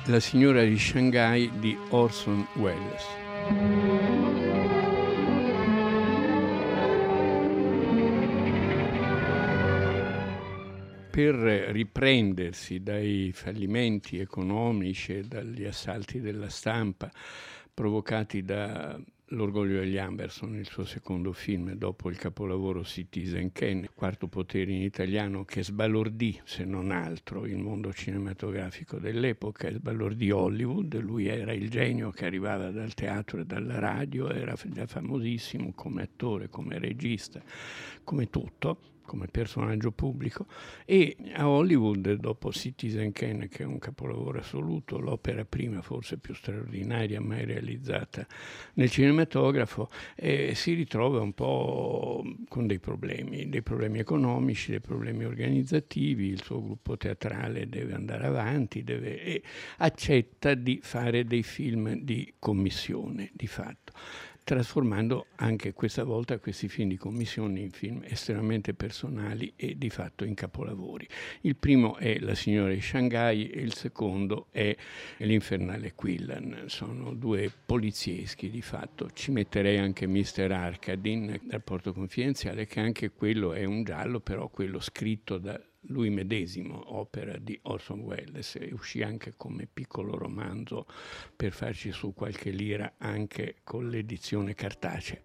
La signora di Shanghai di Orson Welles. Per riprendersi dai fallimenti economici e dagli assalti della stampa provocati dall'Orgoglio degli Amberson, il suo secondo film dopo il capolavoro Citizen Kane, Quarto potere in italiano, che sbalordì, se non altro, il mondo cinematografico dell'epoca, sbalordì Hollywood. Lui era il genio che arrivava dal teatro e dalla radio, era famosissimo come attore, come regista, come tutto, come personaggio pubblico, e a Hollywood, dopo Citizen Kane, che è un capolavoro assoluto, l'opera prima forse più straordinaria mai realizzata nel cinematografo, si ritrova un po' con dei problemi economici, dei problemi organizzativi. Il suo gruppo teatrale deve andare avanti, e accetta di fare dei film di commissione, di fatto, trasformando anche questa volta questi film di commissione in film estremamente personali e di fatto in capolavori. Il primo è La signora di Shanghai e il secondo è L'Infernale Quillan. Sono due polizieschi di fatto. Ci metterei anche Mr. Arkadin, Rapporto confidenziale, che anche quello è un giallo, però quello scritto da lui medesimo, opera di Orson Welles, e uscì anche come piccolo romanzo per farci su qualche lira anche con l'edizione cartacea.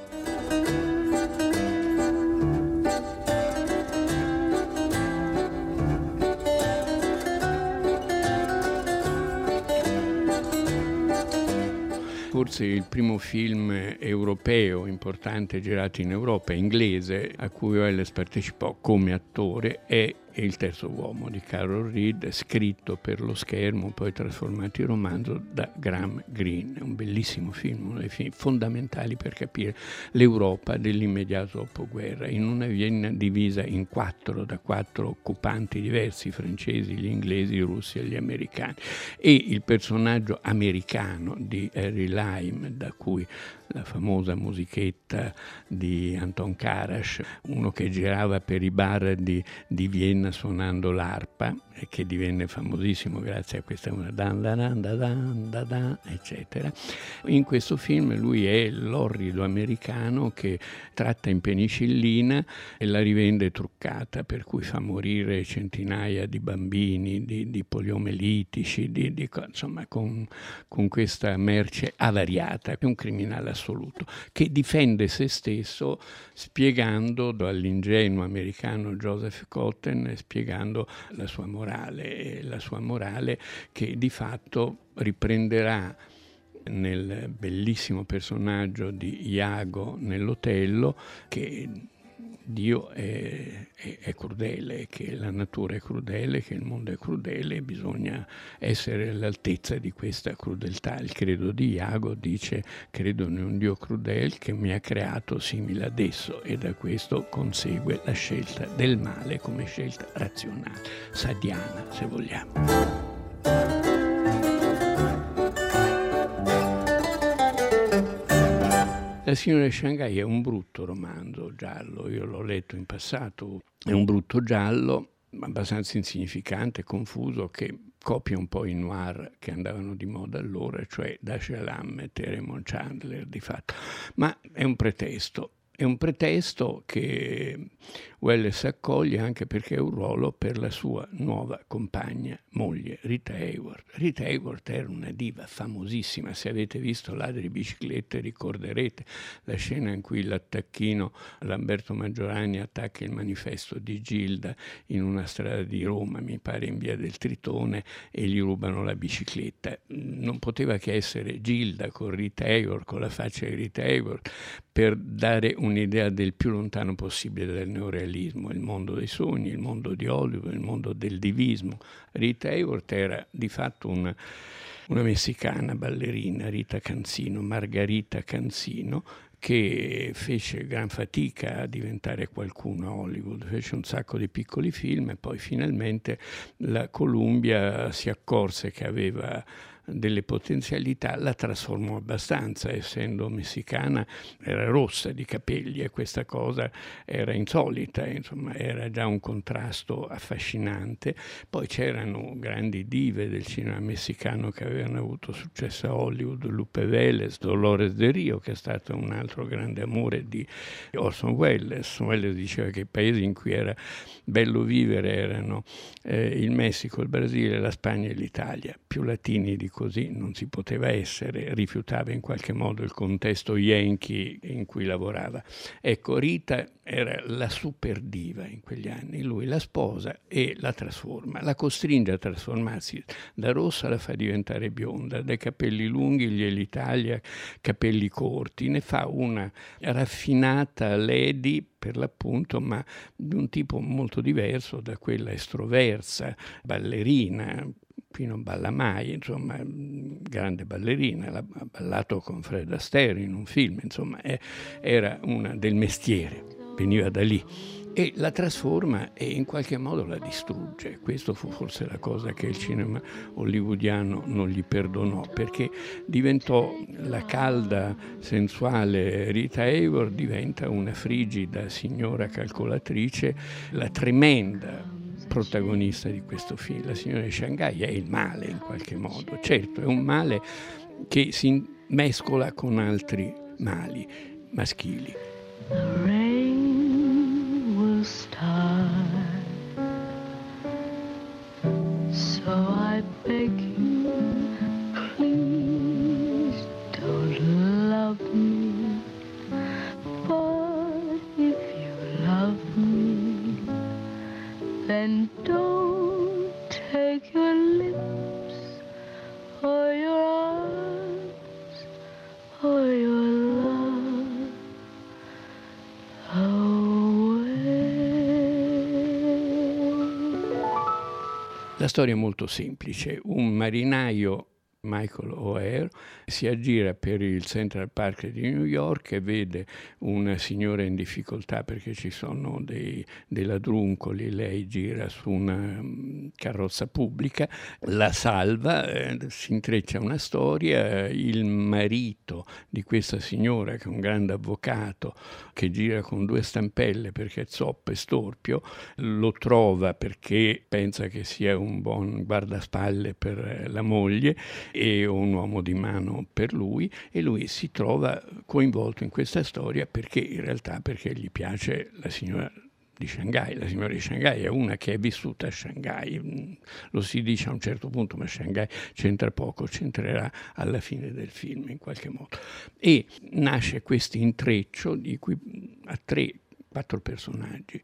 Forse il primo film europeo importante girato in Europa, inglese, a cui Welles partecipò come attore, è Il terzo uomo di Carol Reed, scritto per lo schermo, poi trasformato in romanzo da Graham Greene. È un bellissimo film, uno dei film fondamentali per capire l'Europa dell'immediato dopoguerra, in una Vienna divisa in quattro, da quattro occupanti diversi, i francesi, gli inglesi, i russi e gli americani. E il personaggio americano di Harry Lime, da cui la famosa musichetta di Anton Karas, uno che girava per i bar di Vienna suonando l'arpa e che divenne famosissimo grazie a questa dan dan dan dan dan, eccetera. In questo film lui è l'orrido americano che tratta in penicillina e la rivende truccata, per cui fa morire centinaia di bambini, di poliomelitici, insomma con questa merce avariata. È un criminale assoluto che difende se stesso spiegando all'ingenuo americano Joseph Cotten, spiegando la sua morale che di fatto riprenderà nel bellissimo personaggio di Iago nell'Otello, che Dio è crudele, che la natura è crudele, che il mondo è crudele e bisogna essere all'altezza di questa crudeltà. Il credo di Iago dice: credo in un Dio crudele che mi ha creato simile ad esso, e da questo consegue la scelta del male come scelta razionale, sadiana se vogliamo. La signora di Shanghai è un brutto romanzo giallo, io l'ho letto in passato, è un brutto giallo abbastanza insignificante, confuso, che copia un po' i noir che andavano di moda allora, cioè Dashiell Hammett e Raymond Chandler di fatto, ma è un pretesto che Welles accoglie anche perché è un ruolo per la sua nuova compagna, moglie, Rita Hayworth. Rita Hayworth era una diva famosissima, se avete visto Ladri di biciclette ricorderete la scena in cui l'attacchino Lamberto Maggiorani attacca il manifesto di Gilda in una strada di Roma, mi pare in via del Tritone, e gli rubano la bicicletta. Non poteva che essere Gilda con Rita Hayworth, con la faccia di Rita Hayworth, per dare un'idea del più lontano possibile del neorealismo, il mondo dei sogni, il mondo di Hollywood, il mondo del divismo. Rita Hayworth era di fatto una messicana ballerina, Margarita Canzino, che fece gran fatica a diventare qualcuno a Hollywood, fece un sacco di piccoli film e poi finalmente la Columbia si accorse che aveva delle potenzialità, la trasformò abbastanza. Essendo messicana era rossa di capelli e questa cosa era insolita, insomma era già un contrasto affascinante. Poi c'erano grandi dive del cinema messicano che avevano avuto successo a Hollywood, Lupe Vélez, Dolores del Rio, che è stato un altro grande amore di Orson Welles. Welles diceva che i paesi in cui era bello vivere erano il Messico, il Brasile, la Spagna e l'Italia. Più latini di così non si poteva essere, rifiutava in qualche modo il contesto yankee in cui lavorava. Ecco, Rita era la super diva in quegli anni, lui la sposa e la trasforma, la costringe a trasformarsi, da rossa la fa diventare bionda, dai capelli lunghi glieli taglia, capelli corti, ne fa una raffinata lady per l'appunto, ma di un tipo molto diverso da quella estroversa, ballerina, qui non balla mai, insomma, grande ballerina, ha ballato con Fred Astaire in un film, insomma, era una del mestiere, veniva da lì. E la trasforma e in qualche modo la distrugge. Questo fu forse la cosa che il cinema hollywoodiano non gli perdonò, perché diventò la calda, sensuale Rita Hayworth, diventa una frigida signora calcolatrice, la tremenda protagonista di questo film. La signora di Shanghai è il male in qualche modo, certo è un male che si mescola con altri mali maschili. Start. So I beg you, please don't love me. But if you love me, then don't take your lips or your arms or your love La storia è molto semplice. Un marinaio, Michael O'Hare, si aggira per il Central Park di New York e vede una signora in difficoltà perché ci sono dei ladruncoli. Lei gira su una carrozza pubblica, la salva, si intreccia una storia. Il marito di questa signora, che è un grande avvocato, che gira con 2 stampelle perché è zoppo e storpio, lo trova perché pensa che sia un buon guardaspalle per la moglie e un uomo di mano per lui, e lui si trova coinvolto in questa storia perché gli piace la signora di Shanghai. La signora di Shanghai è una che è vissuta a Shanghai, lo si dice a un certo punto, ma Shanghai c'entra poco, c'entrerà alla fine del film in qualche modo. E nasce questo intreccio di cui a 4 personaggi,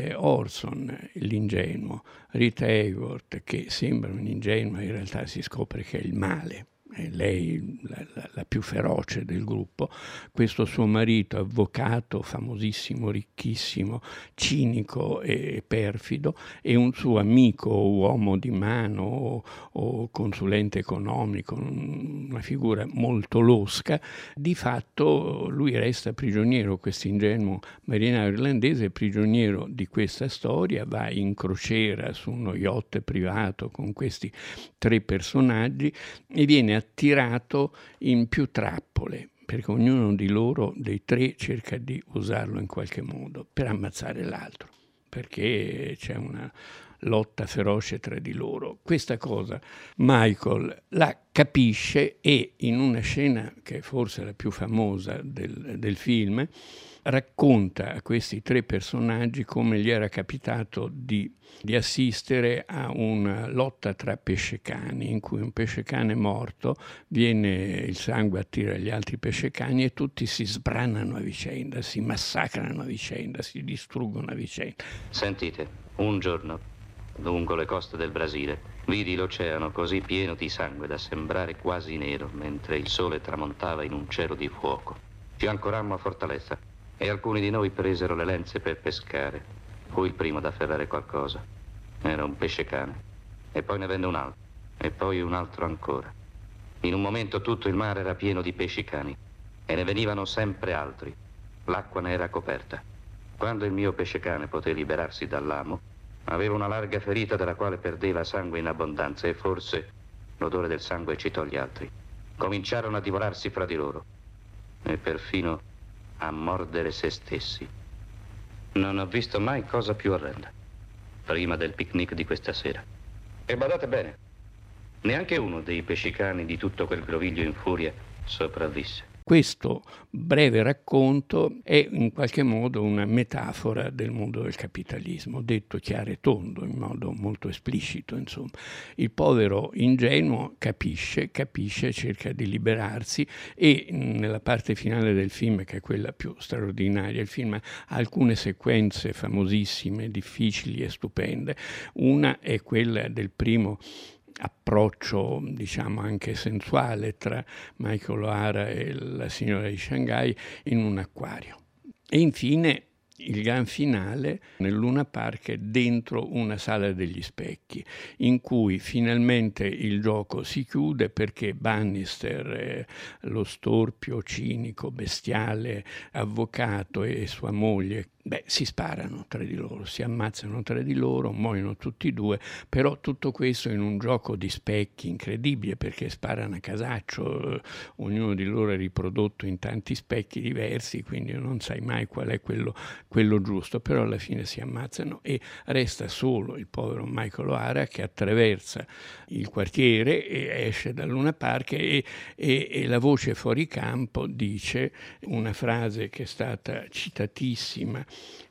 Orson, l'ingenuo, Rita Hayworth, che sembra un'ingenua, in realtà si scopre che è il male, è lei la più feroce del gruppo, questo suo marito avvocato famosissimo, ricchissimo, cinico e perfido, e un suo amico uomo di mano o consulente economico, una figura molto losca. Di fatto lui resta prigioniero, questo ingenuo marinaio irlandese, prigioniero di questa storia, va in crociera su uno yacht privato con questi 3 personaggi e viene attirato in più trappole, perché ognuno di loro, dei 3, cerca di usarlo in qualche modo per ammazzare l'altro, perché c'è una lotta feroce tra di loro. Questa cosa Michael la capisce e in una scena che è forse la più famosa del film racconta a questi 3 personaggi come gli era capitato di assistere a una lotta tra pescecani, in cui un pescecane morto il sangue attira gli altri pescecani e tutti si sbranano a vicenda, si massacrano a vicenda, si distruggono a vicenda. Sentite, un giorno, lungo le coste del Brasile, vidi l'oceano così pieno di sangue da sembrare quasi nero, mentre il sole tramontava in un cielo di fuoco. Ci ancorammo a Fortaleza e alcuni di noi presero le lenze per pescare. Fui il primo ad afferrare qualcosa. Era un pescecane. E poi ne venne un altro. E poi un altro ancora. In un momento tutto il mare era pieno di pescecani. E ne venivano sempre altri. L'acqua ne era coperta. Quando il mio pescecane poté liberarsi dall'amo, aveva una larga ferita dalla quale perdeva sangue in abbondanza e forse l'odore del sangue eccitò gli altri. Cominciarono a divorarsi fra di loro e perfino a mordere se stessi. Non ho visto mai cosa più orrenda prima del picnic di questa sera. E badate bene, neanche uno dei pescicani di tutto quel groviglio in furia sopravvisse. Questo breve racconto è in qualche modo una metafora del mondo del capitalismo, detto chiaro e tondo, in modo molto esplicito, insomma. Il povero ingenuo capisce, cerca di liberarsi e nella parte finale del film, che è quella più straordinaria, il film ha alcune sequenze famosissime, difficili e stupende. Una è quella del primo approccio, diciamo anche sensuale, tra Michael O'Hara e la signora di Shanghai in un acquario. E infine il gran finale nel Luna Park è dentro una sala degli specchi, in cui finalmente il gioco si chiude perché Bannister, lo storpio, cinico, bestiale avvocato, e sua moglie, si sparano tra di loro, si ammazzano tra di loro, muoiono tutti e due, però tutto questo in un gioco di specchi incredibile, perché sparano a casaccio, ognuno di loro è riprodotto in tanti specchi diversi, quindi non sai mai qual è quello giusto, però alla fine si ammazzano e resta solo il povero Michael O'Hara che attraversa il quartiere e esce dal Luna Park e la voce fuori campo dice una frase che è stata citatissima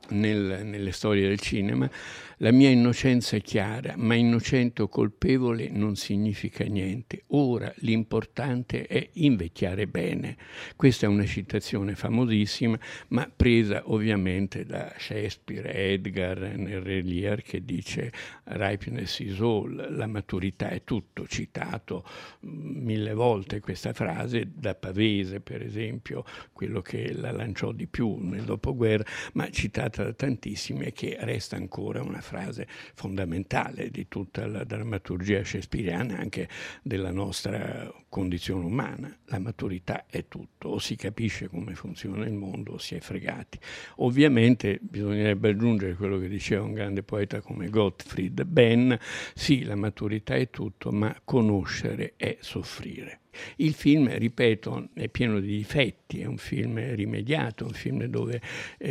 nelle storie del cinema: la mia innocenza è chiara, ma innocente o colpevole non significa niente. Ora l'importante è invecchiare bene. Questa è una citazione famosissima, ma presa ovviamente da Shakespeare, Edgar nel Re Lear, che dice ripeness is all, la maturità è tutto, citato 1000 volte questa frase da Pavese, per esempio, quello che la lanciò di più nel dopoguerra, ma citata da tantissimi, e che resta ancora una frase fondamentale di tutta la drammaturgia shakespeariana, anche della nostra condizione umana. La maturità è tutto, o si capisce come funziona il mondo o si è fregati. Ovviamente bisognerebbe aggiungere quello che diceva un grande poeta come Gottfried Benn: sì, la maturità è tutto, ma conoscere è soffrire. Il film, ripeto, è pieno di difetti, è un film rimediato, un film dove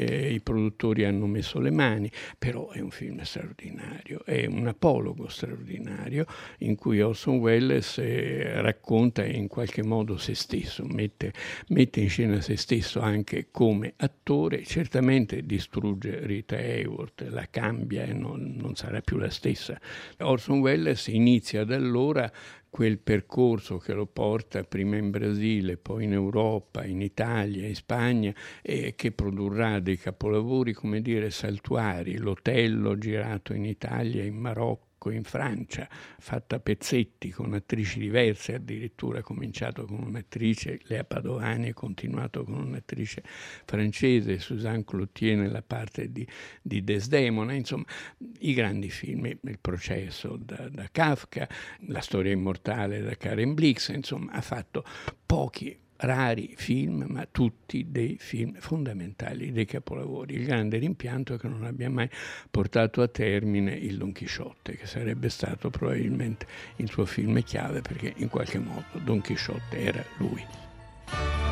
i produttori hanno messo le mani, però è un film straordinario, è un apologo straordinario in cui Orson Welles racconta in qualche modo se stesso, mette in scena se stesso anche come attore. Certamente distrugge Rita Hayworth, la cambia e non sarà più la stessa. Orson Welles inizia da allora quel percorso che lo porta prima in Brasile, poi in Europa, in Italia, in Spagna, e che produrrà dei capolavori, come dire, saltuari. L'Otello girato in Italia, in Marocco, in Francia, fatta a pezzetti con attrici diverse, addirittura cominciato con un'attrice, Lea Padovani, e continuato con un'attrice francese, Suzanne Cloutier, nella parte di Desdemona. Insomma, i grandi film, Il processo da Kafka, La storia immortale da Karen Blix, insomma ha fatto pochi rari film, ma tutti dei film fondamentali, dei capolavori. Il grande rimpianto è che non abbia mai portato a termine il Don Chisciotte, che sarebbe stato probabilmente il suo film chiave, perché in qualche modo Don Chisciotte era lui.